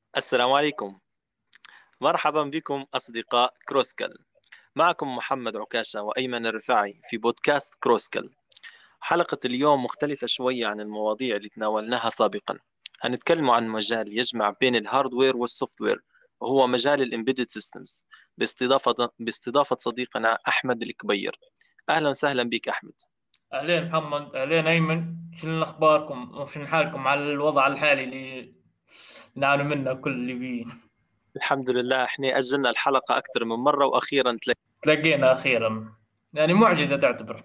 السلام عليكم. مرحبا بكم أصدقاء كروسكل. معكم محمد عكاشة وأيمن الرفاعي في بودكاست كروسكل. حلقة اليوم مختلفة شوية عن المواضيع اللي تناولناها سابقا. هنتكلم عن مجال يجمع بين الهاردوير والسوفتوير، وهو مجال الإمبيدد سيستمز، باستضافة صديقنا أحمد الكبير. أهلا وسهلا بك أحمد. أهلين محمد، أهلين أيمن، شنو أخباركم وشنو حالكم على الوضع الحالي اللي نعاني منه كل اللي فيه؟ الحمد لله، احنا أجلنا الحلقة أكثر من مرة وأخيرا تلاقينا أخيرا، يعني معجزة تعتبر.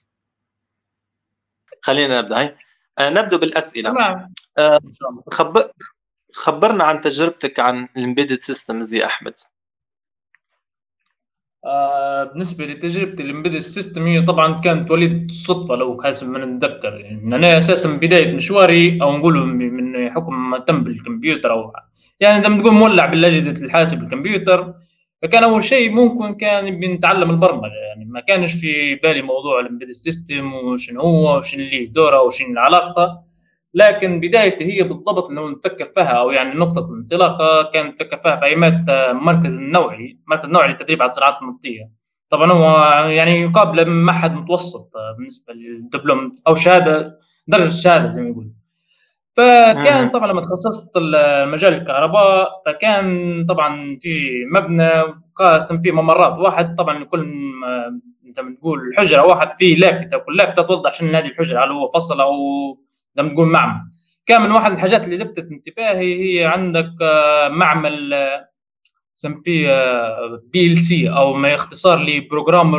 خلينا نبدأ. هاي نبدأ بالأسئلة. تمام. آه، إن شاء الله. خب... خبرنا عن تجربتك عن الامبيدد سيستمز يا أحمد. بالنسبة لتجربتي الإمبيدد سيستم هي طبعا كانت وليدة الصدفة لو حسب ما نتذكر، يعني إن أنا أساسا بداية مشواري أو نقول من حكم ما تم بالكمبيوتر أو يعني زي ما تقول مولع بالأجهزة الحاسب الكمبيوتر. فكان أول شيء ممكن كان بنتعلم البرمجة، يعني ما كانش في بالي موضوع الإمبيدد سيستم وشنو هو وشنو اللي دوره وشنو علاقته. لكن بدايتي هي بالضبط لو نتذكر فيها او يعني نقطه الانطلاقه كانت نتذكر فيها في ايامات مركز نوعي للتدريب على الصناعات النفطيه. طبعا هو يعني يقابل معهد متوسط بالنسبه للدبلوم او شهاده، درجه الشهاده زي ما يقول. فكان مهم. طبعا لما تخصصت مجال الكهرباء فكان طبعا في مبنى قاسم فيه ممرات، واحد طبعا لكل زي ما تقول حجره واحد فيه لافته، وكل لافته توضح شنو هذه الحجره، هل هو فصل او زي ما تقول معمل. كان من واحد الحاجات اللي لفتت انتباهي هي عندك معمل سميه بي ال سي او ما اختصار لبروجرام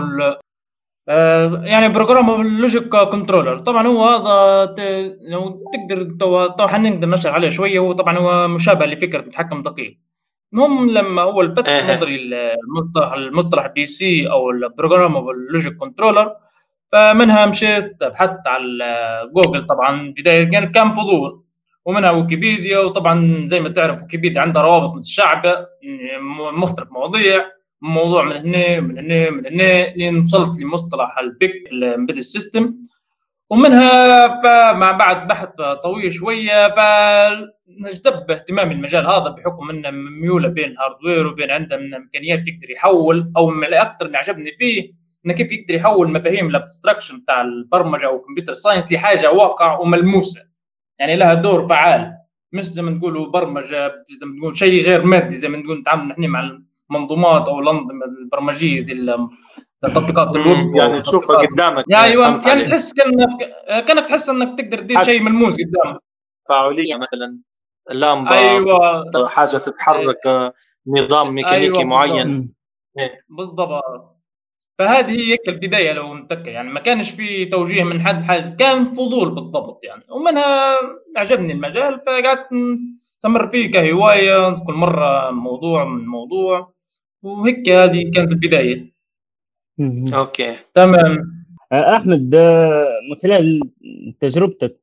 يعني بروجرام لوجيك كنترولر. طبعا هو هذا لو تقدر تو حنقدر نشرح عليه شويه. هو طبعا هو مشابه لفكره متحكم دقيق. المهم لما هو لفت ايه. نظري المصطلح بي سي او البروجرامبل لوجيك كنترولر، فمنها مشيت بحثت على جوجل. طبعا بدايه يعني كان فضول، ومنها ويكيبيديا. وطبعا زي ما تعرف ويكيبيديا عندها روابط متشعبه مختلف مواضيع، موضوع من هنا من هنا من هنا لين وصلت لمصطلح البيك الامبيدد سيستم. ومنها فمع بعد بحث طويل شويه فنجتب اهتمامي المجال هذا بحكم انه ميوله بين هاردوير وبين عنده من امكانيات يقدر يحول، او من الاكثر اللي عجبني فيه انه كيف يقدر يحول مفاهيم الابستراكشن بتاع البرمجه او الكمبيوتر ساينس لحاجه واقع وملموسه، يعني لها دور فعال. مش زي ما نقولوا برمجه زي ما نقول شيء غير مادي، زي ما نقول نتعامل نحن مع المنظومات او الانظمه البرمجيه زي تطبيقات الويب يعني تشوفها وتطبيقات. قدامك. يا ايوه، فهمت يعني عليك. تحس كانك تحس انك تقدر تدير حاجة شيء ملموس قدامك. تفاعلية مثلا، لمبة، ايوه. صوت، حاجة تتحرك، نظام ميكانيكي ايوه بالضبط. معين. إيه. بالضبط. فهذه هي هيك البدايه لو نتذكر، يعني ما كانش في توجيه من حد حاجه، كان فضول بالضبط يعني. ومنها عجبني المجال فقعدت استمر فيه كهوايه، كل مره موضوع من موضوع، وهيك هذه كانت البدايه. مهم. أوكي. تمام. أحمد، من خلال تجربتك،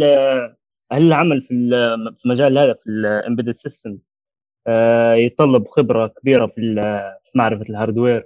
هل العمل في مجال هذا في الامبيدد سيستم يتطلب خبرة كبيرة في معرفة الهاردوير؟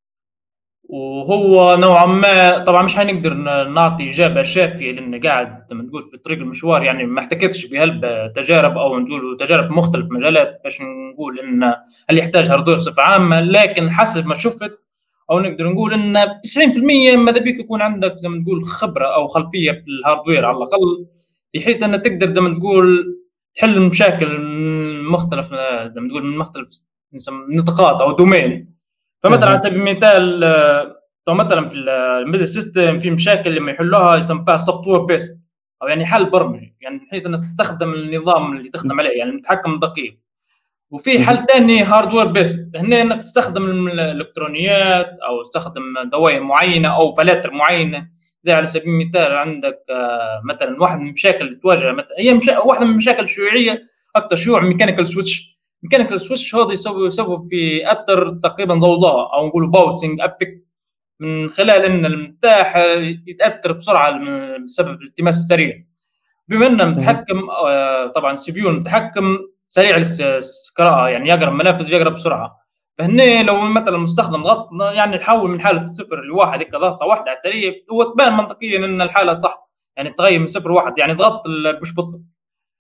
وهو نوعا ما طبعا مش هنقدر نعطي اجابه شافيه لان قاعد لما نقول في طريق المشوار، يعني ما احتكتش بهالتجارب او نقول تجارب مختلف مجالات باش نقول ان هل يحتاج هاردوير بصفه عامه. لكن حسب ما شفت او نقدر نقول ان 90% ماذا بيك يكون عندك زي ما تقول خبره او خلفيه في الهاردوير على الاقل، بحيث ان تقدر زي ما تقول تحل مشاكل مختلف زي ما تقول من مختلف نطاقات او دومين. فمثلا على أها. سبيل المثال لو مثلا في الامبيدد سيستم في مشاكل لما يحلوها يسموها سوفت وير بيست، او يعني حل برمجي، يعني بحيث انك تستخدم النظام اللي تخدم عليه يعني المتحكم الدقيق. وفي مهم. حل ثاني هاردوير بيست، هنا انك تستخدم الالكترونيات او تستخدم دوائر معينه او فلاتر معينه. زي على سبيل المثال عندك مثلا واحد من المشاكل اللي تواجه مثلا هي واحده من المشاكل الشيوعيه، اكثر شيوع ميكانيكال سويتش. ميكانيكال سويتش هذا يسبب في اثر تقريبا ضوضاء او نقول باوتسنج افكت، من خلال ان المفتاح يتاثر بسرعه بسبب الالتماس السريع. بما انه أها. متحكم طبعا السي بي يو متحكم سريع القراءه، يعني يقرا منافذ يقرا بسرعه. فهنا لو مثلا المستخدم ضغط يعني يحول من حاله صفر لواحد هيك ضغطه واحده على السريع، هو تبان منطقيا ان الحاله صح، يعني تغير من صفر لواحد يعني ضغط مش بطء.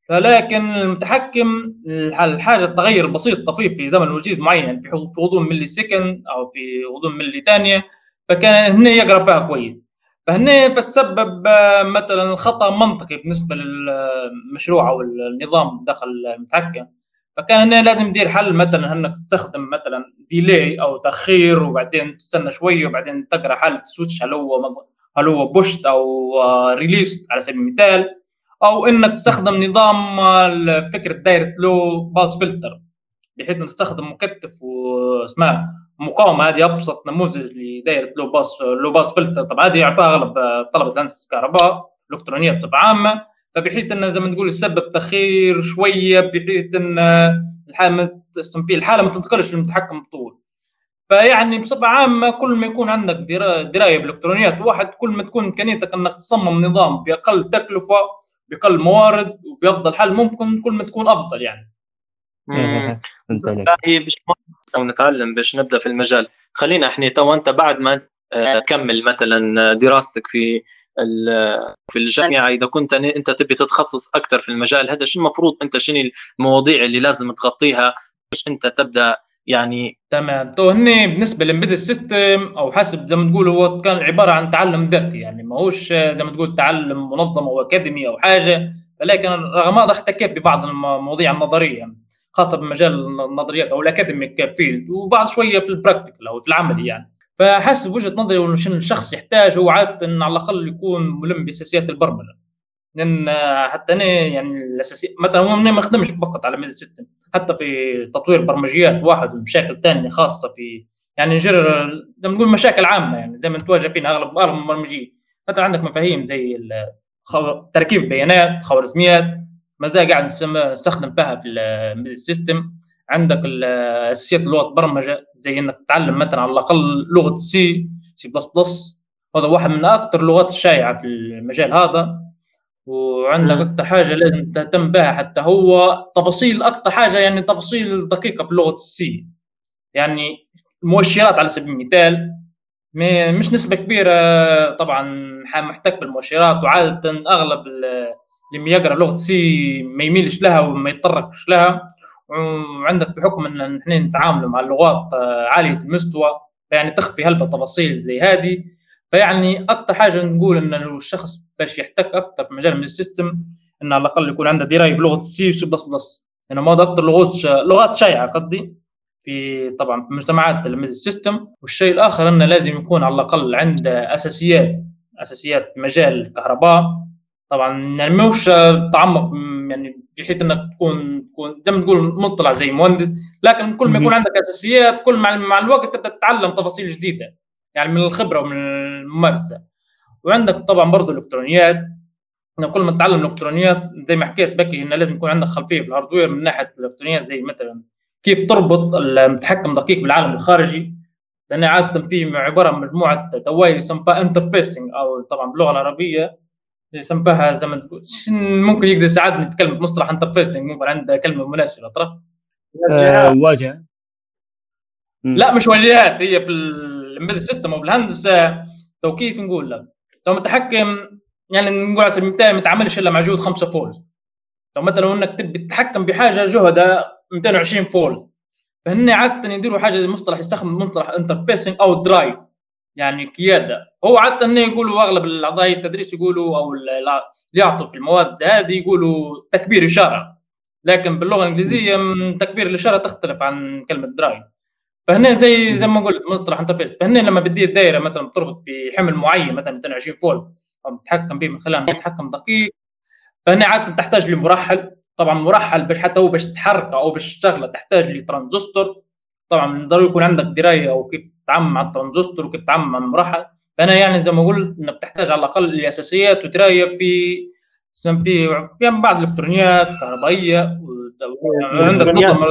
لكن المتحكم الحاجه التغير البسيط طفيف في زمن وجيز معين، يعني في غضون ملي سكند او في غضون ملي ثانيه، فكان هنا يقرا فيها كويس. فهنا فالسبب مثلا خطا منطقي بالنسبه للمشروع او النظام داخل المتحكم. فكان هنا لازم يدير حل، مثلا انك تستخدم مثلا ديلي او تاخير، وبعدين تستنى شويه وبعدين تقرا حاله سويتش، هل هو بوشت او ريليست على سبيل المثال، او انك تستخدم نظام فكره دايره لو باس فلتر، بحيث انك تستخدم مكتف واسمها مقاومه. هذه ابسط نموذج لدائره لو باس فلتر. طبعا هذه يعرفها اغلب طلبه الهندسه الكهرباء الالكترونيه بصفه عامه، فبحيث انه زي ما نقول يسبب تاخير شويه، بحيث ان الحاله ما تنتقلش للمتحكم الطول. فيعني بصفه عامه كل ما يكون عندك درايه بالالكترونيات واحد، كل ما تكون امكانيتك انك تصمم نظام باقل تكلفه باقل موارد وبافضل حل ممكن، كل ما تكون افضل يعني. باش نتعلم باش نبدا في المجال. خلينا احنا تو انت بعد ما تكمل مثلا دراستك في الجامعه، اذا كنت انت تبي تتخصص اكثر في المجال هذا، شو المفروض انت شنو المواضيع اللي لازم تغطيها باش انت تبدا يعني؟ تمام. تو هني بالنسبه للامبيدد سيستم او حسب زي ما تقول هو كان عباره عن تعلم ذاتي، يعني ماهوش زي ما تقول تعلم منظم او اكاديمي او حاجه، ولكن رغم هذا احتكيت ببعض المواضيع النظريه خاصه بمجال النظريات او الاكاديميك فيلد، وبعض شويه في البراكتيكال او في العملي يعني. فحسب وجهه نظري شنو الشخص يحتاج، هو عاده على الاقل يكون ملم باساسيات البرمجه، لان حتى انا يعني الاساسي مثلا هو ما نخدمش فقط على ميزه سيستم، حتى في تطوير برمجيات واحد ومشاكل ثانيه خاصه في يعني نجر زي ما نقول مشاكل عامه، يعني زي ما تواجه فينا اغلب المبرمجين. مثلا عندك مفاهيم زي تركيب البيانات، خوارزميات، مازال قاعد نستخدم فيها في السيستم. عندك الاساسيات لغه البرمجه زي انك تتعلم مثلا على الاقل لغه سي بلس بلس، هذا واحد من اكثر اللغات الشائعه في المجال هذا. وعندك اكثر حاجه لازم تهتم بها حتى هو تفاصيل، اكثر حاجه يعني تفاصيل دقيقه في لغه السي، يعني المؤشرات على سبيل المثال مش نسبه كبيره طبعا محتك بالمؤشرات، وعاده اغلب اللي يقرا لغه سي ما يميلش لها وما يتطرقش لها. وعندك بحكم ان نحن نتعامل مع اللغات عاليه المستوى، يعني تخفي هلبة تفاصيل زي هذه. فيعني اكثر حاجه نقول ان الشخص باش يحتك اكثر في مجال من السيستم، انه على الاقل يكون عنده درايه بلغه السي وسي بلس بلس، لانه هذا اكثر لغات شائعه قصدي في طبعا في مجتمعات تلاميذ السيستم. والشيء الاخر انه لازم يكون على الاقل عنده اساسيات في مجال الكهرباء، طبعا يعني مش تعمق يعني بحيث انك تكون زي ما تقول مطلع زي مهندس، لكن كل ما يكون عندك اساسيات كل مع الوقت تبدا تتعلم تفاصيل جديده يعني من الخبره ومن الممارسه. وعندك طبعا برضه الالكترونيات، كل ما تتعلم الالكترونيات زي ما حكيت بكي انه لازم يكون عندك خلفيه بالهاردوير من ناحيه الالكترونيات، زي مثلا كيف تربط المتحكم دقيق بالعالم الخارجي، لان عاده في عباره عن مجموعه دوائر يسمى انترفيسنج، او طبعا باللغه العربيه يسمىها زي ما تقول ممكن يقدر يساعدني في كلمه مصطلح انترفيسنج، ممكن عنده كلمه مناسبه ترى واجهه. لا مش واجهات، هي في الامبيدد سيستم او في الهندسه تو كيف نقول لك، تو متحكم يعني نقول على سبيل المثال ما يتعاملش الا مع جهد 5 فولت. تو مثلا انك تبي تتحكم بحاجه جهدها 220 فولت، فهن عاده يديروا حاجه مصطلح يستخدم مصطلح انترفيسنج او درايف، يعني قياده. هو عاده يقولوا اغلب الاعضاء التدريس يقولوا او اللي يعطوا في المواد هذه يقولوا تكبير اشاره، لكن باللغه الانجليزيه تكبير الاشاره تختلف عن كلمه درايف. فهنا زي ما قلت مصطلح انترفيس، فهنا لما بدي الدائره مثلا بتربط بحمل معين مثلا 220 فولت او تتحكم به من خلال متحكم دقيق، فهنا عاده تحتاج لمرحل. طبعا مرحل باش حتى هو باش تحركه او باش تشغله تحتاج لترانزستور، طبعا ضروري يكون عندك درايه او كيف تتعامل مع الترانزستور وكيف تتعامل مع المرحل. فانا يعني زي ما قلت انك تحتاج على الاقل الاساسيات ودرايه في يعني بعض الالكترونيات الكهربائيه، وعندك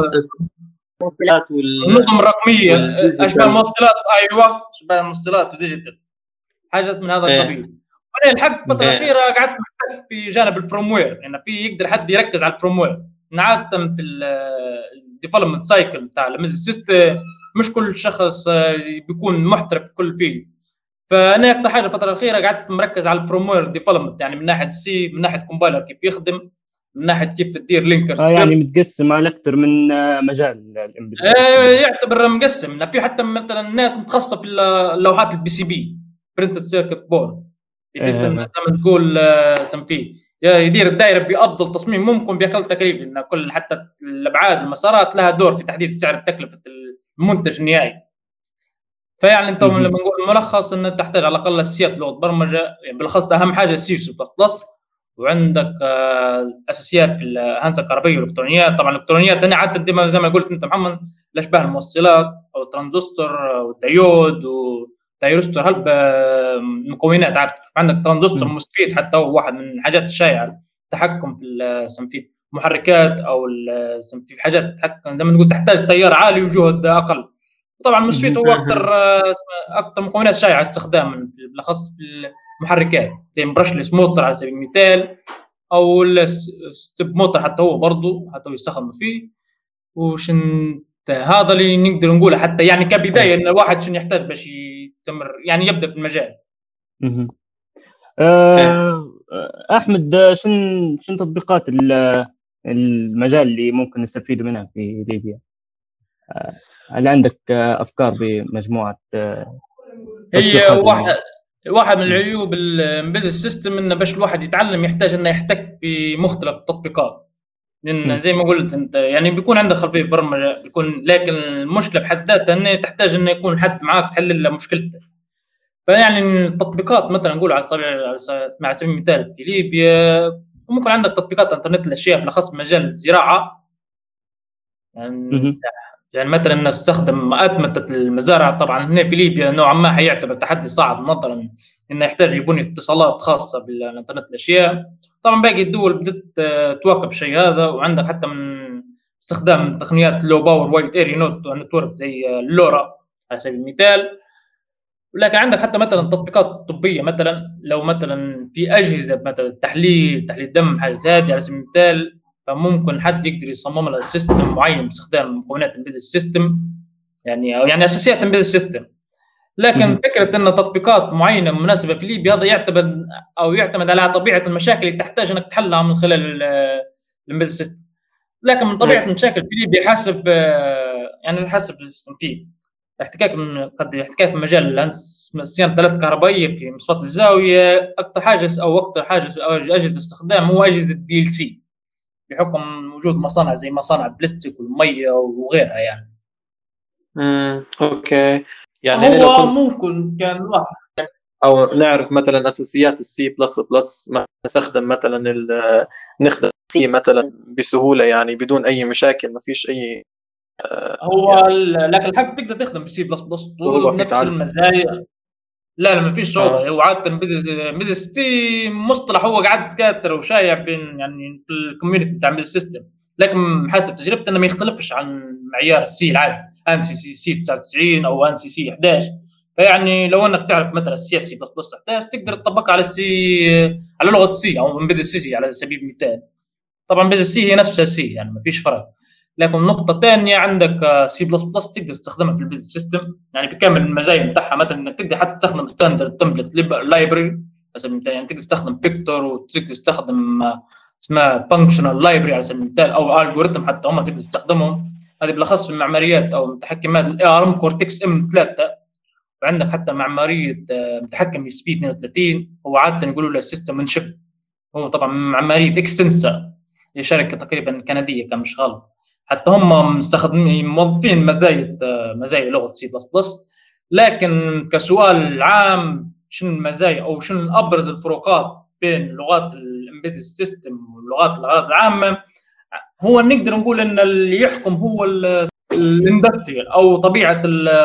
النظم الرقميه اشباه الموصلات، ايوه اشباه الموصلات وديجيتال حاجات من هذا القبيل. وانا الحق الفتره الاخيره قعدت محتاج في جانب الفروموير، يعني في يقدر حد يركز على الفروموير. عاده في الديفلوبمنت سايكل بتاع الميز سيستم مش كل شخص بيكون محترف في كل فيلد، فانا اكثر حاجه الفتره الاخيره قعدت مركز على الفروموير ديفلوبمنت، يعني من ناحيه السي، من ناحيه كومبايلر كيف يخدم، من ناحيه كيف تدير لينكر يعني متقسم على اكثر من مجال الامبيدد. يعتبر مقسم. في حتى مثلا ناس متخصصه في اللوحات البي سي بي برنتد سيركت بورد، بحيث زي ما تقول فيه يدير الدائره بافضل تصميم ممكن باقل تكلفه، لان كل حتى الابعاد المسارات لها دور في تحديد سعر تكلفه المنتج النهائي. فيعني انت لما نقول ملخص ان تحتاج على الاقل اساسيات لغه برمجه، يعني بالاخص اهم حاجه سي بلس، وعندك اساسيات في الهندسه الكهربائيه والالكترونيات. طبعا الالكترونيات انا عاده زي ما قلت انت محمد، الاشباه الموصلات او الترانزستور والديود والتيرستور، هلب مكونات. عندك ترانزستور موسفيت حتى هو واحد من الحاجات الشائعه، التحكم في محركات او في حاجات تحكم زي ما نقول تحتاج تيار عالي وجهد اقل. طبعا الموسفيت هو اكثر مكونات شائعه استخداما بالاخص في المحركات، زي برشلس موتور على سبيل المثال، او الستيب موتور حتى هو برضه يستخدم فيه. هذا اللي نقدر نقوله حتى يعني كبدايه ان الواحد شنو يحتاج باش يستمر يعني يبدا في المجال. احمد، شن تطبيقات المجال اللي ممكن نستفيد منها في ليبيا؟ هل عندك افكار بمجموعه؟ هي واحد من العيوب الامبيدد سيستم انه باش الواحد يتعلم يحتاج انه يحتك بمختلف التطبيقات، لان زي ما قلت انت يعني بيكون عندك خلفيه برمجه بيكون، لكن المشكله بحد ذاتها انه تحتاج انه يكون حد معاك تحل له مشكلته. فيعني التطبيقات مثلا نقول على سبيل المثال في ليبيا ممكن عندك تطبيقات انترنت الاشياء بالاخص مجال الزراعه، يعني مثلا نستخدم أتمتة المزارع. طبعا هنا في ليبيا نوعا ما حيعتبر تحدي صعب نظرا انه يحتاج يبني اتصالات خاصه بالانترنت الاشياء. طبعا باقي الدول بدت تواكب الشيء هذا، وعندك حتى من استخدام تقنيات لو باور وايد اريا نتورك زي اللورا على سبيل المثال. ولكن عندك حتى مثلا تطبيقات طبيه، مثلا لو مثلا في اجهزه مثلا تحليل دم حاجه هذه على سبيل المثال، فممكن حد يقدر يصمم له سيستم معين باستخدام مكونات امبيدد سيستم يعني اساسيات امبيدد سيستم. لكن فكره ان تطبيقات معينه مناسبه في ليبيا هذا يعتمد على طبيعه المشاكل اللي تحتاج انك تحلها من خلال الامبيدد سيستم. لكن من طبيعه المشاكل في ليبيا حسب فيه احتكاك في مجال صيانه الآلات الكهربائيه في مصفات الزاويه. اكثر حاجه اجهزه استخدام هو اجهزه DLC بحكم وجود مصانع زي مصانع البلاستيك والميه وغيرها يعني. اوكي، يعني هو ممكن كان واحد او نعرف مثلا اساسيات السي بلس بلس، نستخدم مثلا نخدم سي مثلا بسهوله يعني بدون اي مشاكل، ما فيش اي هو يعني لكن الحق تقدر تخدم بالسي بلس بلس طول بنفس المزايا. لا ما فيش صعوبه. هو عاده ميدل سيستم مصطلح هو قاعد كاثر وشايع بين يعني الكوميونتي بتاع ميدل سيستم، لكن حسب تجربتي انه ما يختلفش عن معيار السي العادي انسي سي 99 او انسي سي 11. فيعني لو انك تعرف مثلا السي سي بلس بلس 11 تقدر تطبقها على على لغه السي او ميدل سي على سبيل المثال. طبعا ميدل سي هي نفسها سي يعني ما فيش فرق. لكن نقطة ثانية عندك سي بلس بلس تقدر تستخدمها في البيزنس سيستم يعني بكامل المزايا بتاعها، مثلا انك تقدر حتى تستخدم ستاندرد تمبلت لايبرري مثلا، يعني تقدر تستخدم فيكتور وتقدر تستخدم اسمها فانكشنال لايبرري على سبيل المثال او الجوريثم حتى هم تقدر تستخدمهم. هذه بالاخص في المعماريات او متحكمات الاي ار ام كورتكس ام 3. وعندك حتى معمارية متحكم سبيد 32 هو عادة يقولوا له سيستم من شب، هو طبعا معمارية اكستنسا هي شركة تقريبا كندية كان مش غلط. حتى هم مستخدمين موظفين مزايا لغه سي بلس بلس. لكن كسؤال عام شنو المزايا او شنو ابرز الفروقات بين لغات الامبيدد سيستم واللغات الاغراض العامه، هو نقدر نقول ان اللي يحكم هو الاندستريال او طبيعه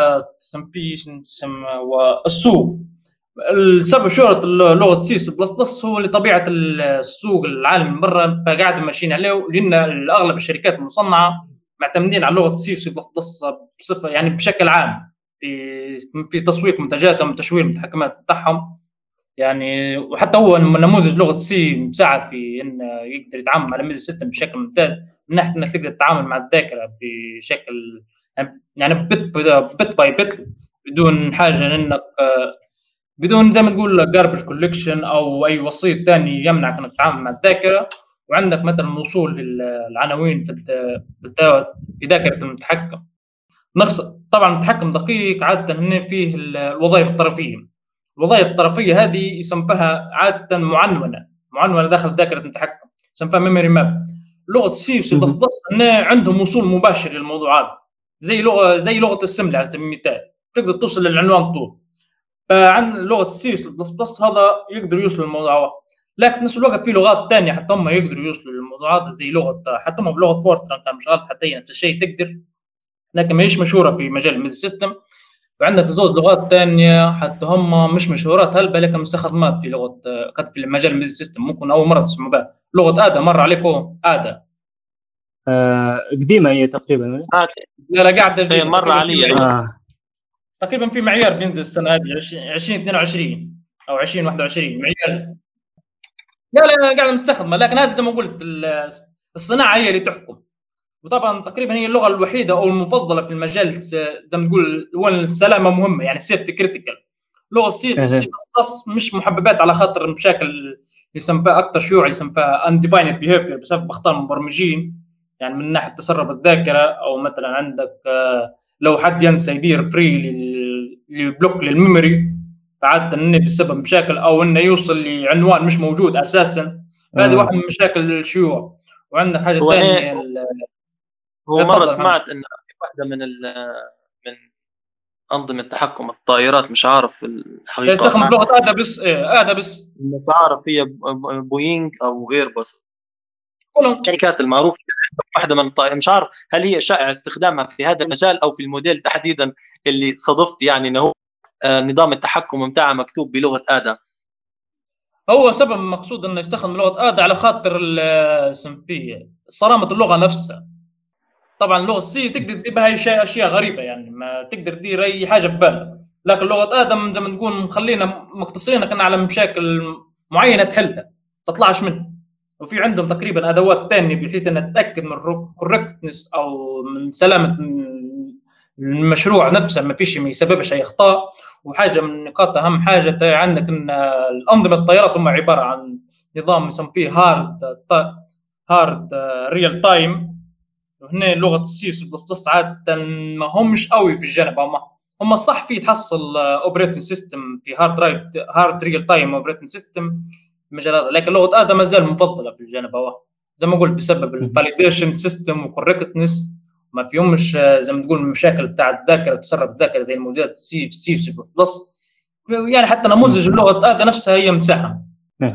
السوق. السبب شهرة لغه سي بلس بلس هو لطبيعه السوق العالمي من برا، فقاعد ماشيين عليه، لان اغلب الشركات المصنعه معتمدين على لغه سي بلس بلس بصفه يعني بشكل عام في تسويق منتجاتهم وتشويه المتحكمات بتاعهم يعني. وحتى هو نموذج لغه سي مساعد في انه يقدر يتعامل مع الميديا سيستم بشكل ممتاز، من ناحيه انك تقدر تتعامل مع الذاكره بشكل يعني بت باي بت بدون حاجه انك بدون زي ما تقول جاربج كولكشن او اي وسيط ثاني يمنعك انك تتعامل مع الذاكره. وعندك مثلا وصول للعناوين في ذاكره المتحكم. طبعا التحكم دقيق عاده هنا فيه الوظائف الطرفيه. الوظائف الطرفيه هذه يسمى عاده معنونه داخل ذاكره المتحكم، يسمى ميموري ماب. لغه سي بلس بلس هنا عندهم وصول مباشر للموضوعات، زي لغه السمله على سبيل المثال، تقدر توصل للعنوان طول. فعن لغه سي بلس بلس هذا يقدر يوصل للموضوعات. لكن في نفس الوقت في لغات ثانيه حتى هم يقدروا يوصلوا للموضوعات، زي لغه حتى هم بلغه فورتران كان مش غلط حتى هي نفس الشيء تقدر، لكن ما هيش مشهوره في مجال الميز سيستم. وعندك زوج لغات ثانيه حتى هم مش مشهورات هلبة، لكن مستخدمات في لغه في مجال الميز سيستم، ممكن اول مره تسمعوا بها. لغه ادا مر عليكم ادا؟ قديمه هي تقريبا. لا قاعده هي مر علي تقريبا في معيار بينزل السنه هذه 2022 او 2021 معيار. لا قاعده مستخدمه، لكن هذا زي ما قلت الصناعه هي اللي تحكم. وطبعا تقريبا هي اللغه الوحيده او المفضله في المجال، زي ما تقول السلامه مهمه، يعني سيفتي كريتيكال. لغه سي بلس مش محببات على خاطر مشاكل يسمى اكثر شيوع، يسمى انديفايند بيهيفير بسبب اخطاء المبرمجين، يعني من ناحيه تسرب الذاكره، او مثلا عندك لو حد ينسى يدير فري لبلوك للميموري، فعاده بسبب مشاكل او انه يوصل لعنوان مش موجود اساسا. هذه واحده من مشاكل الشيوع. وعندك حاجه ثانيه هو مره سمعت ان واحده من انظمه تحكم الطائرات، مش عارف الحقيقه، يستخدم لغه ادا بس تعرف هي بوينغ او غير، بس كلهم الشركات المعروفه. واحده من مش عارف هل هي شائع استخدامها في هذا المجال او في الموديل تحديدا اللي صادفت، يعني انه نظام التحكم بتاعه مكتوب بلغه ادا. هو سبب مقصود انه يستخدم لغه ادا على خاطر صرامه اللغه نفسها. طبعا لغه سي تقدر تدير بها اشياء غريبه، يعني ما تقدر تدير اي حاجه ببالك، لكن لغه ادم زي ما نقول مخلينا مقتصرين كنا على مشاكل معينه تحلها تطلعش منها. وفي عندهم تقريبا ادوات ثانيه بحيث انها تتاكد من كوركتنس او من سلامه المشروع نفسه، ما فيش ما يسببش اي اخطاء. وحاجه من نقاط اهم حاجه عندك ان الانظمه الطيارات هم عباره عن نظام يسميه هارد ريال تايم. وهنا لغه السي بلس عاده ما همش قوي في الجانب، هم صح في تحصل اوبريتنج سيستم في هارد ريال تايم اوبريتنج سيستم المجال هذا، لكن لغه ادم ما زال مفضله في الجانب هذا زي ما قلت بسبب الفاليديشن سيستم وكوركتنس. ما فيهمش زي ما تقول المشاكل بتاع الذاكره تسرب الذاكره زي الموجودات سي بلس. يعني حتى نموذج اللغه ادم نفسها هي مساحه.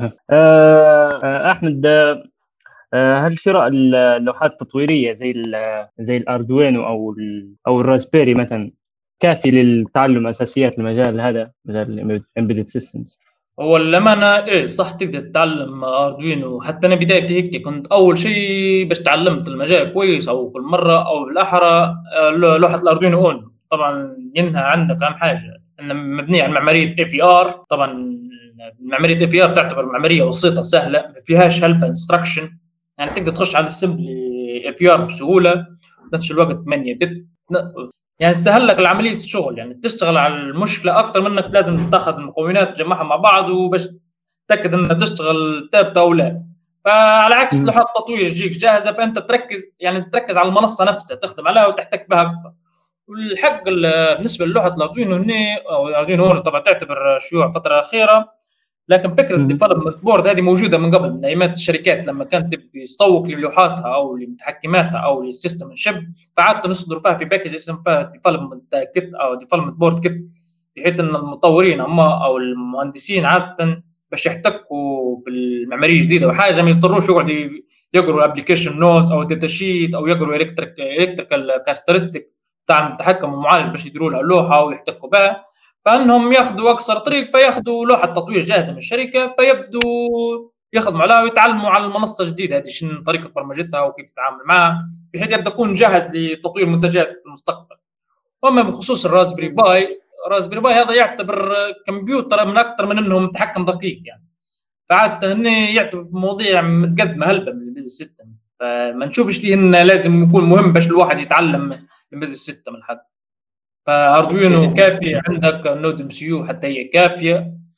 احمد، هل شراء اللوحات التطويريه زي الاردوينو او الراسبيري مثلا كافي للتعلم اساسيات المجال هذا، مجال الامبيدد سيستمز؟ هو الأمانة صح تقدر تتعلم اردوينو. حتى انا بدايتي هيك كنت اول شيء بس تعلمت المجال كويس او كل مره او بالاحرى لوحه الاردوينو اون. طبعا ينها عندك اهم حاجه انها مبنيه على معماريه اي في ار. طبعا معماريه اي في ار تعتبر معماريه بسيطه سهله ما فيهاش هلب انستراكشن، يعني تقدر تخش على السمبلي اي في ار بسهوله. بنفس الوقت 8 بت، يعني سهل لك العمليه الشغل، يعني تشتغل على المشكله اكثر من انك لازم تاخذ المكونات تجمعها مع بعض وبس تتاكد انها تشتغل ثابته او لا. فعلى عكس لوحات التطوير تجيك جاهزه، فانت تركز على المنصه نفسها تخدم عليها وتحتك بها اكثر. والحق بالنسبه للوحه الاردوينو هنا او الاردوينو طبعا تعتبر شيوع فتره اخيره، لكن فكره الديفلوبمنت بورد هذه موجوده من قبل، من ايامات الشركات لما كانت تبي تسوق للوحاتها او لمتحكماتها او للسيستم شيب، فعاده نصدر فيها في باكج اسمها ديفلوبمنت كيت او ديفلوبمنت بورد كيت، بحيث ان المطورين هم او المهندسين عاده باش يحتكوا بالمعماريه الجديده وحاجه ما يضطروش يقعدوا يقروا ابلكيشن نوتس او داتا شيت او يقروا الكتريكال كاركترستيك بتاع المتحكم المعالج باش يديروا له لوحه ويحتكوا بها. فانهم ياخذوا اقصر طريق فياخذوا لوحه تطوير جاهزه من الشركه، فيبدوا يخدموا عليها ويتعلموا على المنصه الجديده هذه شنو طريقه برمجتها وكيف تتعامل معها، بحيث يبدا يكون جاهز لتطوير منتجات في المستقبل. اما بخصوص الراسبري باي هذا يعتبر كمبيوتر من اكثر من انه متحكم دقيق، يعني فعاده انه يعتبر في مواضيع متقدمه هلبه من البيزنس سيستم، فما نشوفش ليه انه لازم يكون مهم باش الواحد يتعلم البيزنس سيستم لحد. فاردوينو كافي، عندك نود ام سي يو حتى هي كافيه.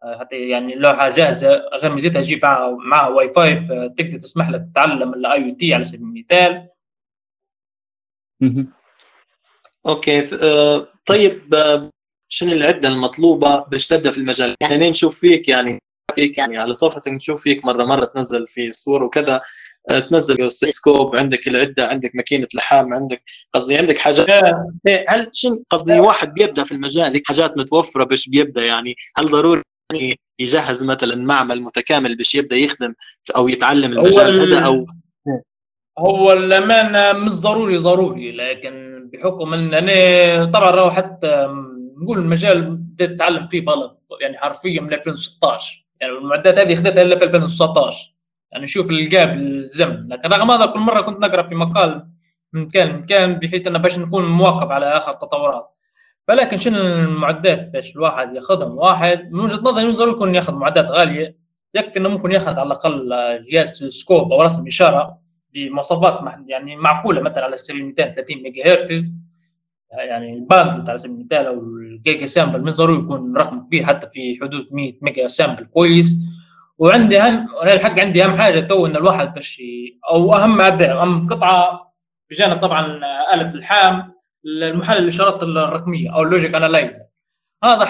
حتى يعني اللوحه جاهزه، غير ميزتها تجيب معها واي فاي، تقدر تسمح لك تتعلم الاي او تي على سبيل المثال. اوكي. طيب، شنو العده المطلوبه باش تبدا في المجال؟ يعني نشوف فيك يعني على صفحتك نشوف فيك مره تنزل في صور وكذا، تنزل سكوب، عندك العده، عندك ماكينه لحام، عندك قصدي عندك حاجات. هل شنو قصدي واحد بيبدا في المجال هيك حاجات متوفره باش بيبدا؟ يعني هل ضروري يعني يجهز مثلا معمل متكامل باش يبدا يخدم او يتعلم المجال هذا؟ او هو الأمانة مش ضروري، لكن بحكم أن أنا طبعا راهو حتى نقول المجال بدأت أتعلم فيه بلد يعني حرفيا من 2016، يعني المعدات هذه خدتها إلا في 2019، يعني نشوف القاب الزمن. لكن رغم هذا كل مرة كنت نقرأ في مقال من مكان بحيث أنا باش نكون مواكب على آخر التطورات. ولكن شنو المعدات باش الواحد ياخذهم؟ واحد من وجهة نظري مش ضروري يكون ياخذ معدات غالية، يكفي إنه ممكن ياخذ على الأقل جهاز سكوب أو رسم إشارة بمواصفات يعني معقوله، مثلا على سبيل المثال 30 ميجا هرتز، يعني الباندل على سبيل المثال، او الجيجا سامبل مش ضروري يكون رقم كبير، حتى في حدود 100 ميجا سامبل كويس. وعندي الحق عندي اهم حاجه تو ان الواحد باش او اهم اداه اهم قطعه بجانب طبعا اله الحام، المحلل الاشارات الرقميه او اللوجيك انالايزر. هذا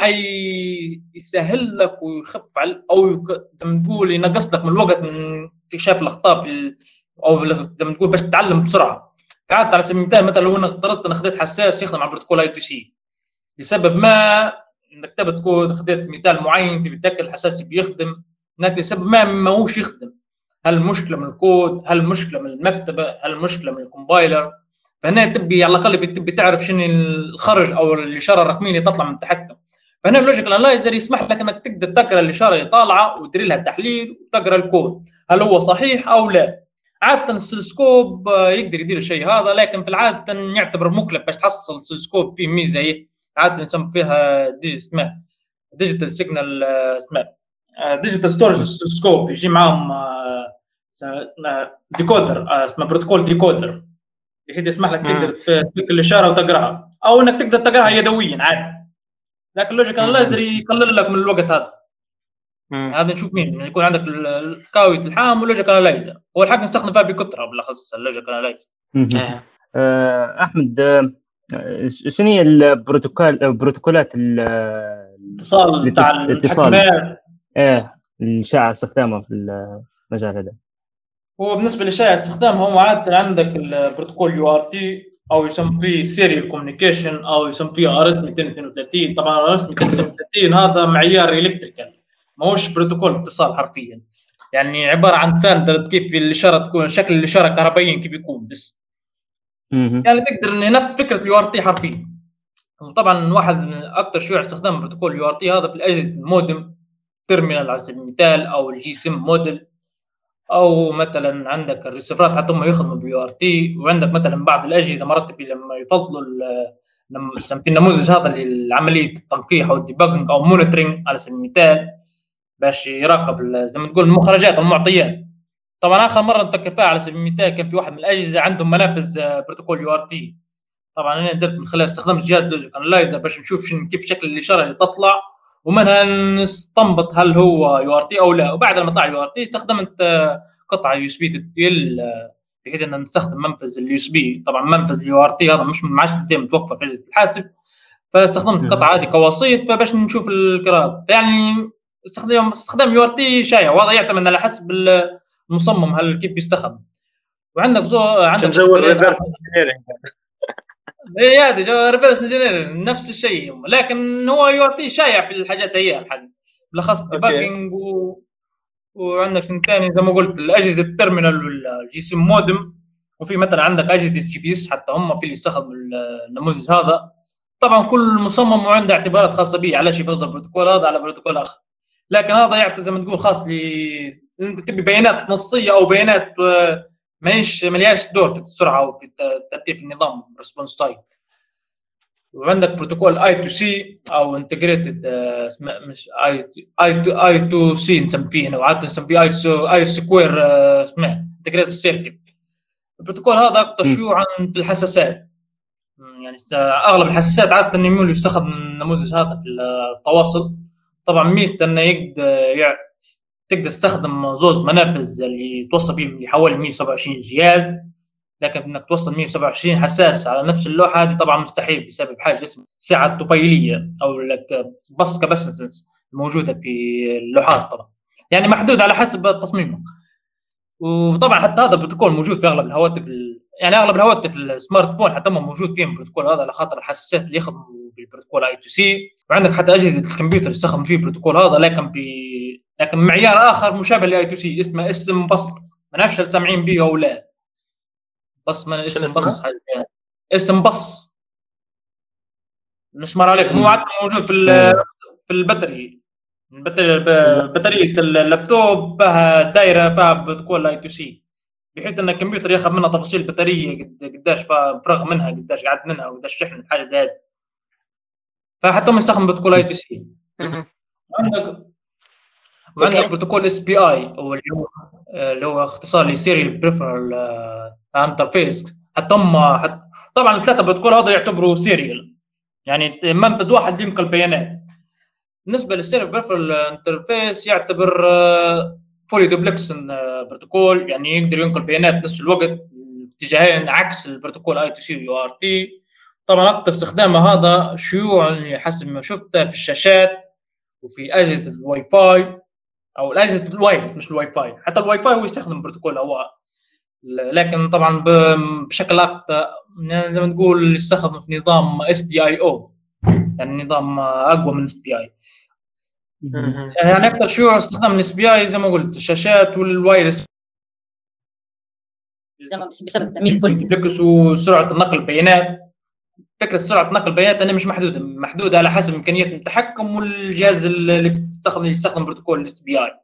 حيسهل لك ويخف او تقول ينقص لك من الوقت من اكتشاف الاخطاء في او لما تقول باش تتعلم بسرعه. قعدت على سبيل المثال مثلا لو انا افترضت انا خديت حساس يخدم على بروتوكول اي تو سي لسبب ما، انك كتبت كود خديت مثال معين تبي تتاكد الحساس بيخدم، لكن لسبب ما ماهوش يخدم. هل المشكله من الكود؟ هل المشكله من المكتبه؟ هل المشكله من الكومبايلر؟ فهنا تبي على الاقل تبي تعرف شنو الخرج او الاشاره الرقميه اللي تطلع من التحكم. فهنا اللوجيك انالايزر يسمح لك انك تقدر تقرا الاشاره اللي طالعه وتدير لها تحليل وتقرا الكود هل هو صحيح او لا. عاده السلسكوب يقدر يدير الشيء هذا، لكن في العاده يعتبر مكلف باش تحصل سلسكوب فيه ميزه هي عاده نسمى فيها اسمها ديجيتال سيجنال، اسمها ديجيتال ستورج سلسكوب، يجي معاهم ديكودر اسمه بروتوكول ديكودر، بحيث يسمح لك تقدر تفك الاشاره وتقراها، او انك تقدر تقراها يدويا عادي. لكن اللوجيك انالايزر يقلل لك من الوقت هذا. هذا نشوف مين يعني يكون عندك الكاوية الحام واللوجيك انالايزر، هو الحق نستخدم فيها بكثره بالاخص اللوجيك انالايزر. احمد، شنو هي بروتوكولات الاتصال بتاع الحكمات الشائع استخدامها في المجال هذا؟ هو بالنسبه للشائع استخدامها هو عاده عندك البروتوكول يو ار تي، او يسمى فيه سيريال كوميونيكيشن، او يسمى فيه ار اس 232. طبعا ار اس 232 هذا معيار الكتريكال، ماهوش بروتوكول اتصال حرفيا، يعني عباره عن ستاندرد كيف الاشاره تكون، شكل الاشاره كهربائيا كيف يكون بس. يعني تقدر نفس فكره اليو ار تي حرفيا. وطبعا واحد من اكثر شيوع استخدام بروتوكول اليو ار تي هذا في الاجهزه المودم تيرمينال على سبيل المثال، او الجي سيم موديل، او مثلا عندك الريسيفرات حتى هم يخدموا باليو ار تي. وعندك مثلا بعض الاجهزه مرات لما يفضلوا في النموذج هذا لعمليه التنقيح او الديباجنج او مونيتورنج على سبيل المثال، باش يراقب زي ما تقول المخرجات والمعطيات. طبعا اخر مره نتذكر فيها على سبيل المثال كان في واحد من الاجهزه عندهم منافذ بروتوكول يو ار تي. طبعا انا درت من خلال استخدمت جهاز لوجيك انالايزر باش نشوف كيف شكل الاشاره اللي تطلع، ومنها نستنبط هل هو يو ار تي او لا. وبعد ما طلع يو ار تي استخدمت قطعه يو اس بي تتيل، بحيث ان نستخدم منفذ اليو اس بي. طبعا منفذ اليو ار تي هذا مش معاش متوفر في اجهزه الحاسب، فاستخدمت القطعه هذه كوسيط فباش نشوف القراءه. يعني استخدام يو ار تي شائع، وهذا يعتمد على حسب المصمم هل كيف بيستخدم. وعندك عندك جو الريفرس انجينيرنج. اي هذا جو ريفرس انجينيرنج نفس الشيء، لكن هو يو ار تي شائع في الحاجات هي الحق بالاخص ديباجنج. وعندك ثاني زي ما قلت الاجهزه التيرمينال والجي سيم مودم، وفي مثلا عندك اجهزه جي بي اس حتى هم في اللي يستخدموا النموذج هذا. طبعا كل مصمم عنده اعتبارات خاصه به على شيء يفضل البروتوكول هذا على بروتوكول اخر، لكن هذا يعتمد زي ما تقول خاص انت تبي بيانات نصيه او بيانات ملياش دور في السرعه وفي ترتيب النظام ريسبونس تايم. وعندك بروتوكول اي تو سي او انتجريتد، مش اي تو سي نسميه هنا، وعاده نسميه اي سكوير، اسمه انتجريتد سيركت. البروتوكول هذا اكثر شيوعا في الحساسات، يعني اغلب الحساسات عاده يميلوا يستخدم النموذج هذا في التواصل. طبعا ميزته انه يقدر تقدر تستخدم زوز منافذ اللي توصل بيه اللي حوالي 127 جهاز، لكن انك توصل 127 حساس على نفس اللوحه هذه طبعا مستحيل بسبب حاجه اسمها السعه الطفيليه او بس كاباسيتنس الموجوده في اللوحات، طبعا يعني محدود على حسب تصميمك. وطبعا حتى هذا البروتوكول موجود في اغلب الهواتف يعني اغلب الهواتف السمارت فون حتى هم موجود فيهم البروتوكول هذا على خاطر الحساسات اللي يخدموا بالبروتوكول اي تو سي، وعندك حتى اجهزه الكمبيوتر يستخدم فيه البروتوكول هذا لكن معيار اخر مشابه لاي تو سي اسمه اسم بس، ما نعرفش هل سامعين به او لا. بس من اسم بس اسم بس نشمر عليك مو عاد موجود في بطاريه اللابتوب بها دايره فيها بروتوكول اي تو سي، بحيث ان الكمبيوتر ياخذ منها تفاصيل البطاريه قداش فرغ منها قداش قعد منها وقداش شحن حاجه زي هذه، فحتى هم يستخدموا بروتوكول اي تو سي. عندك بروتوكول اس بي اي او اللي هو اختصار لسيريال بريفرال انترفيس، حتى طبعا الثلاثه بروتوكول هذا يعتبروا سيريال، يعني منفذ واحد ينقل بيانات. بالنسبه للسيريال بريفرال انترفيس يعتبر فولي دوبلكسن بروتوكول، يعني يقدر ينقل بيانات نفس الوقت اتجاهين عكس البروتوكول اي تو سي يو ار تي. طبعا اكثر استخدامه هذا شيوعا حسب ما شفته في الشاشات وفي اجهزه الواي فاي او اجهزه الوايرلس، مش الواي فاي، حتى الواي فاي هو يستخدم بروتوكول هواء، لكن طبعا بشكل اكثر زي ما تقول يستخدم في نظام اس دي اي او، يعني نظام اقوى من اس بي اي. يعني اكثر شيوع استخدام الاس بي اي زي ما قلت الشاشات والوايرلس بسبب تأمين فولي وسرعه نقل البيانات. فكره سرعه نقل البيانات أنا مش محدوده على حسب امكانيات التحكم والجهاز اللي يستخدم بروتوكول الاس بي اي،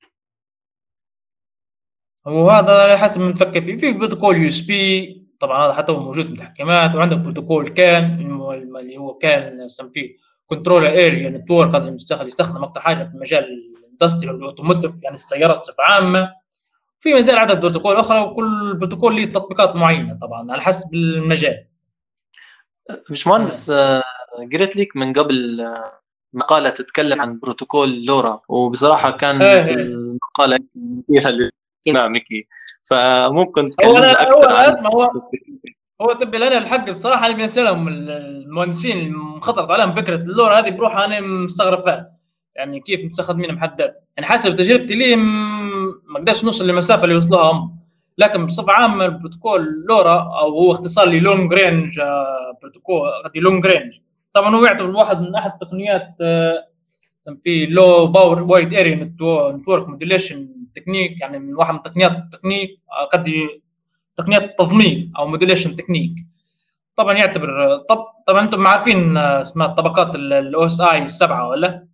وهذا على حسب ما نفكر فيه. في بروتوكول يو اس بي طبعا هذا حتى هو موجود متحكمات، وعندك بروتوكول كان اللي هو كان نسميه كنترول اريا نتورك، هذا يستخدم اكثر حاجه في مجال الاندستري والاوتوموتيف يعني السيارات بصفه عامه. في مازال عدد بروتوكول اخرى وكل بروتوكول له تطبيقات معينه طبعا على حسب المجال. مش مهندس قريت لك من قبل مقالة تتكلم عن بروتوكول لورا، وبصراحة كانت المقالة كثيرة للاهتمام مكي، فممكن تكلمنا أكثر عن هو تبي لنا الحق بصراحة. اللي بيسألهم المهندسين المخطط عليهم فكرة اللورا هذه بروحها أنا مستغرب فيها، يعني كيف مستخدمين محدد، يعني حسب تجربتي لي ما قدرش نوصل للمسافة اللي وصلوها هم. لكن بصفة عامة البروتوكول لورا أو هو اختصار لي لونج رينج بروتوكول، هذه لونج رينج طبعا هو يعتبر واحد من أحد التقنيات في لو باور وايد اريا نتورك موديليشن تكنيك، يعني من واحد من تقنيات التكنيك قد تقنيات التضمين او موديليشن تكنيك. طبعا يعتبر طبعا انتم عارفين اسمها طبقات الاو اس اي السبعه ولا؟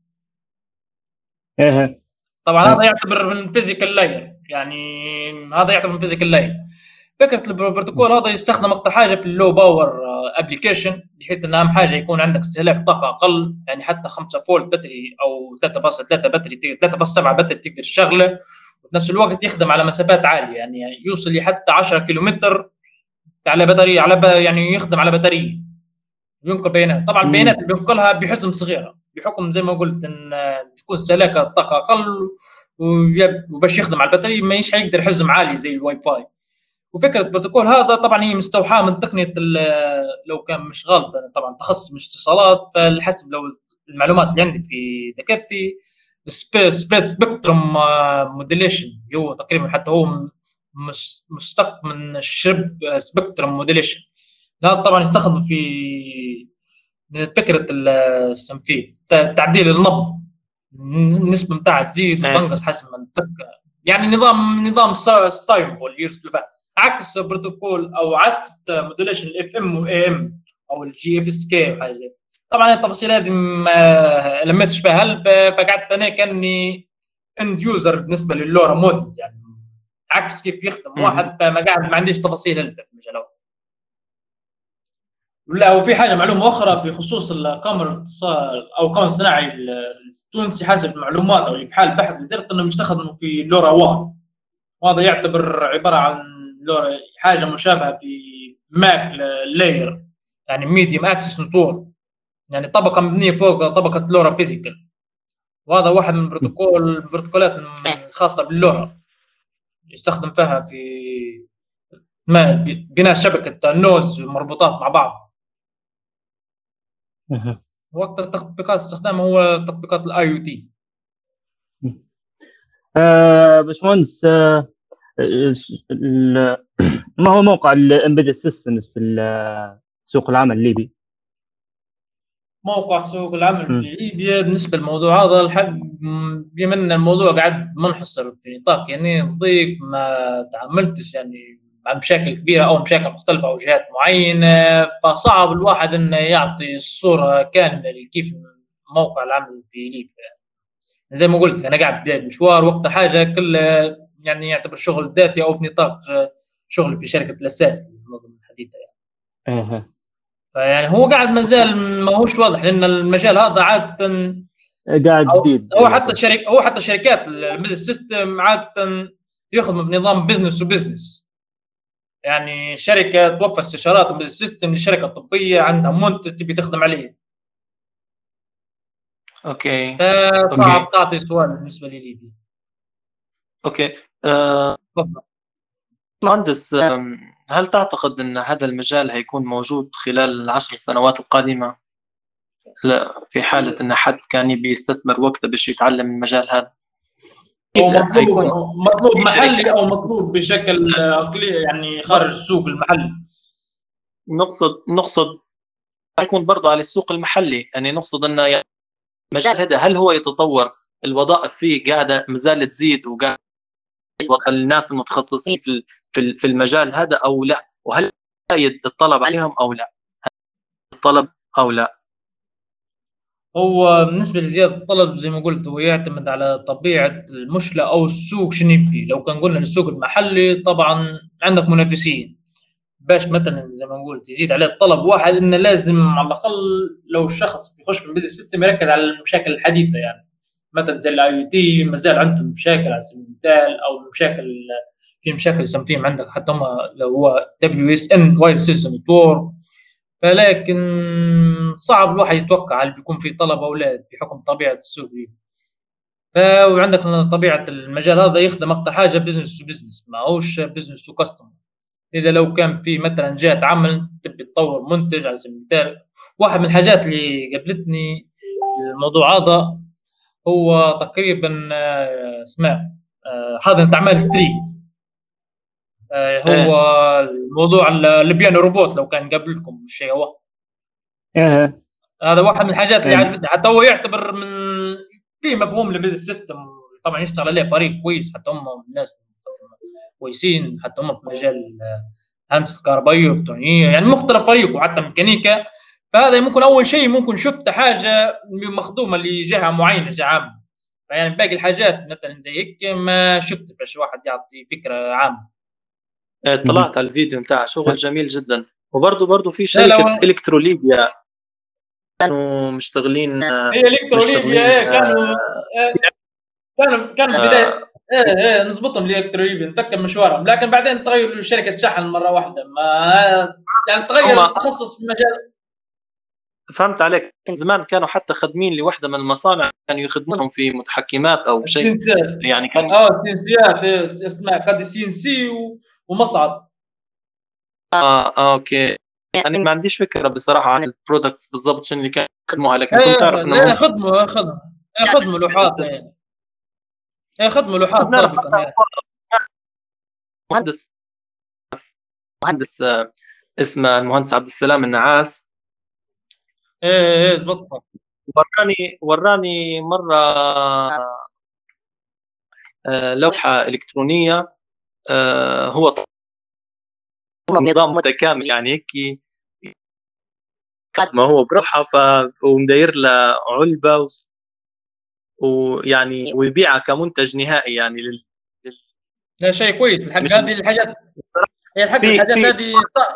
طبعا هذا يعتبر من فيزيكال لاير، يعني هذا يعتبر من فيزيكال لاير. فكره البروتوكول هذا يستخدم اكثر حاجه في اللو باور ابلكيشن، بحيث ان اهم حاجه يكون عندك استهلاك طاقه اقل، يعني حتى 5 فولت باتري او 3.3 باتري 3.7 باتري تقدر تشغله، وفي نفس الوقت يخدم على مسافات عاليه، يعني يوصل لحتى 10 كيلومتر على بطاريه يعني يخدم على بطاريه ينقل بيانات. طبعا البيانات اللي بينقلها بحجم صغيره بحكم زي ما قلت ان تكون استهلاك الطاقه اقل، وباش يخدم على البطاريه ما يقدر حجم عالي زي الواي فاي. وفكره البروتوكول هذا طبعا هي مستوحاه من تقنيه لو كان مش غلط انا طبعا تخصص مش اتصالات، فالحسب لو المعلومات اللي عندي في ذاكرتي سبريد سبيكتروم موديليشن، هو تقريبا حتى هو مشتق من الشرب سبيكتروم موديليشن. هذا طبعا يستخدم في فكره تعديل النبض، النسبه بتاعها تزيد وتنقص حسب ما نتذكر، يعني نظام سايمبل يرسل عكس بروتوكول او عكس موديليشن الاف ام واي ام او الجي اف اس كي وحاجه زي. طبعا التفاصيل هذه ما لميتش بها، فقعدت انا كاني اند يوزر بالنسبه للورا مودلز، يعني عكس كيف يخدم واحد، فما قاعد ما عنديش تفاصيل في المجال. لا وفي حاجه معلومه اخرى بخصوص القمر الاتصال او القمر الصناعي التونسي، حسب المعلومات او بحال البحث اللي درت انهم يستخدموا في لورا 1، وهذا يعتبر عباره عن لورا حاجه مشابهه في ماك لاير، يعني ميديوم اكسس نتورك، يعني طبقه مبنيه فوق طبقه لورا فيزيكال. وهذا واحد من البروتوكولات الخاصه باللغه يستخدم فيها في بناء شبكه النوز مربوطات مع بعض. واكثر تطبيقات استخدامها هو تطبيقات الاي او تي. باشمهندس، ما هو موقع الامبيدد سيستمز في سوق العمل الليبي؟ موقع سوق العمل في ليبيا بالنسبه للموضوع هذا الحق، بما ان الموضوع قاعد منحصر في نطاق يعني ضيق، ما تعاملتش يعني مع مشاكل كبيره او مشاكل مختلفه او جهات معينه، فصعب الواحد انه يعطي الصوره كامله لكيف موقع العمل في ليبيا. زي ما قلت انا قاعد بدايه مشوار، وقت حاجه كله يعني يعتبر شغل ذاتي او في نطاق شغل في شركه الاساس للمنظمه الحديثه يعني. فيعني هو قاعد ما زال ما هوش واضح، لان المجال هذا عاده قاعد جديد. هو حتى شركات البيزنس سيستم عاده يخدموا بنظام بزنس وبزنس، يعني شركه توفر استشارات بزنس سيستم لشركه طبيه عندها منتج تبي تخدم عليه. اوكي صعب تعطي سؤال بالنسبه لي ليبي. اوكي مهندس، هل تعتقد ان هذا المجال هيكون موجود خلال 10 سنوات القادمه؟ لا، في حاله ان حد كان يبي يستثمر وقته باش يتعلم المجال هذا، هو مطلوب محلي او مطلوب بشكل يعني خارج السوق المحلي؟ نقصد يكون برضه على السوق المحلي، يعني نقصد انه يعني المجال هذا هل هو يتطور؟ الوظائف فيه قاعده مازال تزيد، وقاعد الناس المتخصصين في المجال هذا او لا؟ وهل الطلب عليهم او لا؟ الطلب او لا؟ هو بالنسبه لزياده الطلب زي ما قلت هو يعتمد على طبيعه المشكله او السوق شنو يبي. لو كان قلنا السوق المحلي طبعا عندك منافسين، باش مثلا زي ما قلت يزيد عليه الطلب واحد انه لازم على الاقل لو الشخص بيخش في البيزنس سيستم يركز على المشاكل الحديثه، يعني مثلا زي الاي او تي مازال عندهم مشاكل على سبيل المثال، او مشاكل في مشاكل سمتين عندك حتى هم لو هو دبليو اس ان واير سيستم تور، فلكن صعب الواحد يتوقع هل بيكون في طلب او لا بحكم طبيعه السوق دي. وعندك طبيعه المجال هذا يخدم اكثر حاجه بزنس تو بزنس، ما هوش بزنس تو كاستمر. اذا لو كان في مثلا جهه عمل تبي تطور منتج على سبيل المثال، واحد من الحاجات اللي قابلتني الموضوع هذا هو تقريبا اسمه حاضنة اعمال ستريم. هو الموضوع البيانو روبوت لو كان قبلكم الشيء هو هذا واحد من الحاجات اللي عجبتني، حتى هو يعتبر من في مفهوم البيزنس سيستم، طبعا يشتغل عليه فريق كويس، حتى هم الناس كويسين، حتى هم في مجال هندسه كهربائيه والكترونيه، يعني مختلف فريق وحتى ميكانيكا. فهذا ممكن اول شيء ممكن شفت حاجه مخدومه لجهه معينه جهه عامه، فيعني باقي الحاجات مثلا زي هيك ما شفت باش واحد يعطي فكره عامه. طلعت على الفيديو نتاع شغل جميل جدا. وبرضه في شركه الكتروليبيا كانوا مشتغلين، هي الكتروليبيا كانوا بدايه نضبطهم الالكتروليبيا نفكر مشوارهم، لكن بعدين تغيروا لشركه شحن مره واحده، ما يعني تغير التخصص في المجال. فهمت عليك. زمان كانوا حتى خدمين لوحده من المصانع كانوا يخدمونهم في متحكمات او شيء، يعني كان سينسيات اسمها قد سي ان سي ومصعد. اوكي. انا ما عنديش فكره بصراحه عن البرودكتس بالضبط شنو اللي كانوا يخدموها، لكن كنت اعرف انه خدموا لوحات، يعني خدموا لوحات سابقا. مهندس اسمه المهندس عبد السلام النعاس. ضبط. وراني مره لوحه الكترونيه، هو نظام متكامل يعني هيك، ما هو بروحها ومداير له علبه ويعني ويبيعها كمنتج نهائي يعني لا شيء كويس. الحق هذه الحاجات هي الحق الحاجات هذه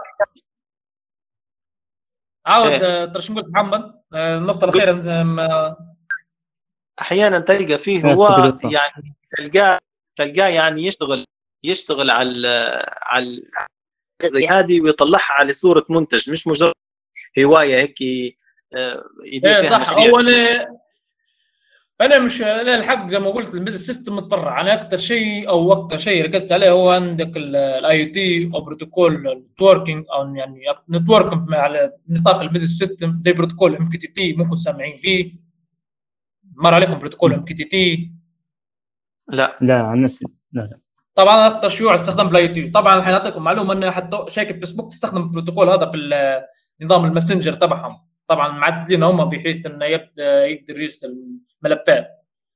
عاود ترى شو نقول محمد. النقطه الاخيره احيانا تلقى فيه هو يعني تلقاه يعني يشتغل على زي هذه ويطلعها على صوره منتج، مش مجرد هوايه هيك يدير فيها مشاريع. انا مش أنا الحق زي ما قلت البيزنس سيستم متفرع. انا اكثر شيء ركزت عليه هو عندك الاي تي او بروتوكول نتوركينج، او يعني نتورك على نطاق البيزنس سيستم زي بروتوكول ام كي تي تي، ممكن سامعين فيه؟ مر عليكم بروتوكول ام كي تي تي؟ لا عن نفسي لا. طبعا اكثر شيوع استخدام في الاي تي. طبعا الحين اعطيكم معلومه ان حتى شركه فيسبوك تستخدم البروتوكول هذا في نظام الماسنجر تبعهم، طبعا معدلين هم بحيث انه يقدر يرسل ملفات.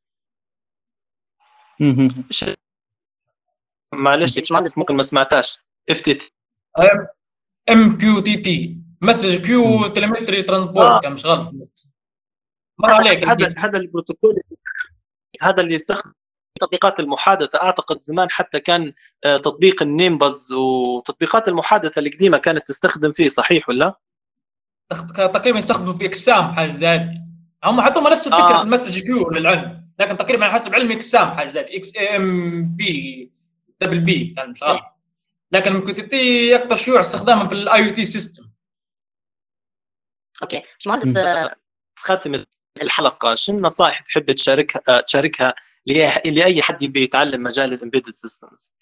معلش يا باشمهندس ممكن ما سمعتاش. اف تي تي ام كيو تي تي، مسج كيو تليمتري ترانسبورت، كان مش غلط. مر عليك هذا البروتوكول، هذا اللي يستخدم تطبيقات المحادثه. اعتقد زمان حتى كان تطبيق النيمبز وتطبيقات المحادثه القديمه كانت تستخدم فيه، صحيح ولا؟ تقريبا يستخدموا في اكسام حاجه زي هذه. هم حطوا نفس الفكره في المسج كيو للعلم، لكن تقريبا على حسب علمي اكسام حاجه زي اكس ام بي دبل بي، كان مش غلط. لكن ممكن تي اكثر شيوع استخدامها في الاي او تي سيستم. اوكي باشمهندس، خاتم الحلقه شو النصائح تحب تشاركها لاي حد يبي يتعلم مجال الامبيدد سيستمز؟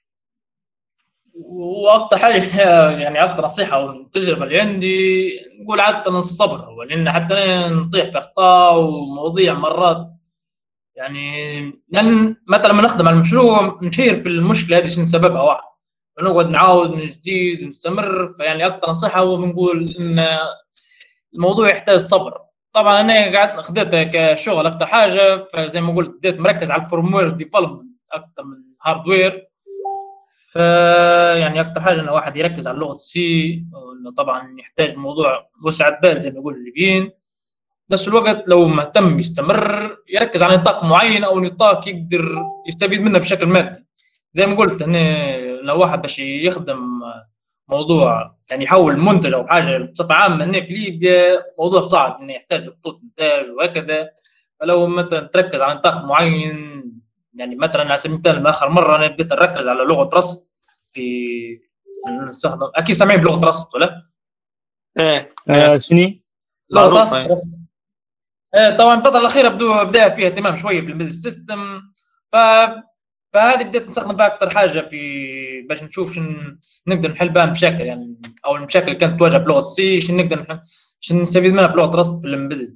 واكثر حاجه يعني اكثر نصيحه والتجربه اللي عندي نقول عاده الصبر، ولان حتى نطيح في اخطاء ومواضيع مرات يعني، لان مثلا لما نخدم على المشروع نحير في المشكله هذه شنو سببها واحد، ونقعد نعاود من جديد ونستمر. فيعني اكثر نصيحه هو بنقول ان الموضوع يحتاج صبر. طبعا انا قاعد خديتها كشغل اكثر حاجه، فزي ما قلت بديت مركز على الفورموير ديفلوبمنت اكثر من هاردوير. فيعني اكثر حاجه ان واحد يركز على اللغه السي، انه طبعا يحتاج موضوع وسعه بال زي ما يقول الليبيين. نفس الوقت لو مهتم يستمر يركز على نطاق معين او نطاق يقدر يستفيد منه بشكل مادي. زي ما قلت هنا لو واحد باش يخدم موضوع يعني يحول منتج او حاجه بصفه عامه هنا في ليبيا موضوع صعب، انه يحتاج خطوط انتاج وهكذا. فلو مثلا تركز على نطاق معين، يعني مثلا على سبيل المثال اخر مره انا بديت اركز على لغه رست في نستخدم، اكيد سامعين بلغه رست ولا؟ ايه شنو؟ لغه رست. طبعا الفتره الاخيره بدا فيها اهتمام شويه في البيزنس سيستم. فهذه بديت نستخدم فيها اكثر حاجه في باش نشوف شن نقدر نحل بها مشاكل يعني، او المشاكل اللي كانت تواجه في لغه السي شن نقدر شن نستفيد منها في لغه رست في الامبيدد.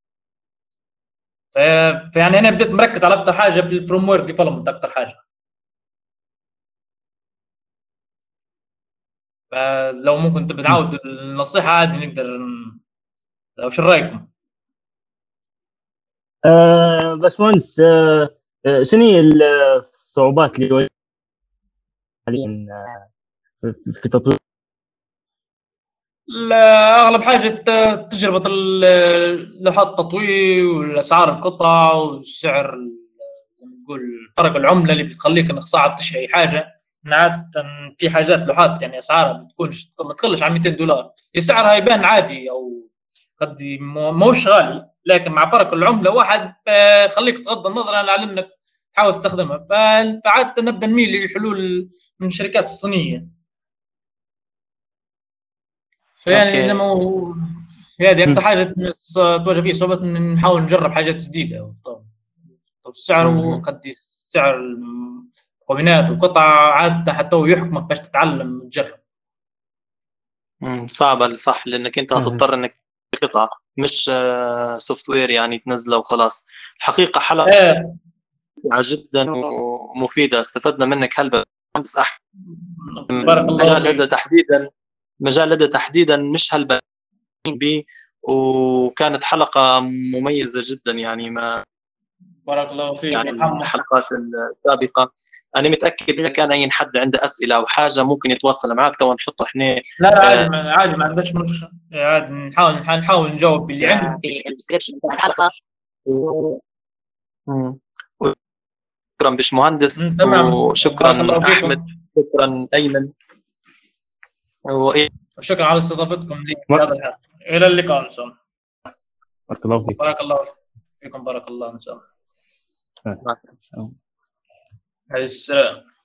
فيعني انا بديت مركز على اكثر حاجه في الفورموير ديفلوبمنت اكثر حاجه. فلو ممكن تبي تعاود النصيحه عادي نقدر، لو شو رايكم؟ باشمهندس، شنو هي الصعوبات اللي يواجهها حاليا في تطوير؟ اغلب حاجه تجربه لوحات التطوير والاسعار القطع والسعر، زي ما تقول فرق العمله اللي بتخليك انك صعب تشتري حاجه. عاده في حاجات لوحات يعني اسعارها بتكونش ما تقلش عن $200، سعرها يبان عادي او قد موش غالي، لكن مع فرق العمله واحد خليك تغض النظر على انك تحاول تستخدمها. فعاده نبدا نميل للحلول من الشركات الصينيه. فيعني زي ما هو هذه اكثر حاجه تواجه فيه صعوبه، ان نحاول نجرب حاجات جديده. طب السعر قد سعر المكونات والقطع عاده حتى هو يحكمك باش تتعلم تجرب. صعبه صح، لانك انت هتضطر انك قطعه مش سوفت وير يعني تنزله وخلاص. الحقيقه حلقه جدا ومفيده، استفدنا منك هلبا مهندس احمد. مجال لدى تحديدا مش هلبا بي، وكانت حلقه مميزه جدا يعني. ما بارك الله فيك يعني الحلقات السابقه انا متاكد اذا كان اي حد عنده اسئله او حاجه ممكن يتواصل معك تو نحطه احنا. لا عادي ما عندكش مشكله، عادي نحاول نجاوب باللي عندنا في الديسكربشن بتاع الحلقه. شكرا باشمهندس، وشكرا احمد، شكرا ايمن، وشكرا على استضافتكم لي في هذا الحلقه. الى اللقاء ان شاء الله. بارك الله فيك. بارك الله فيكم. بارك الله ان شاء الله. مع السلامه. السلام.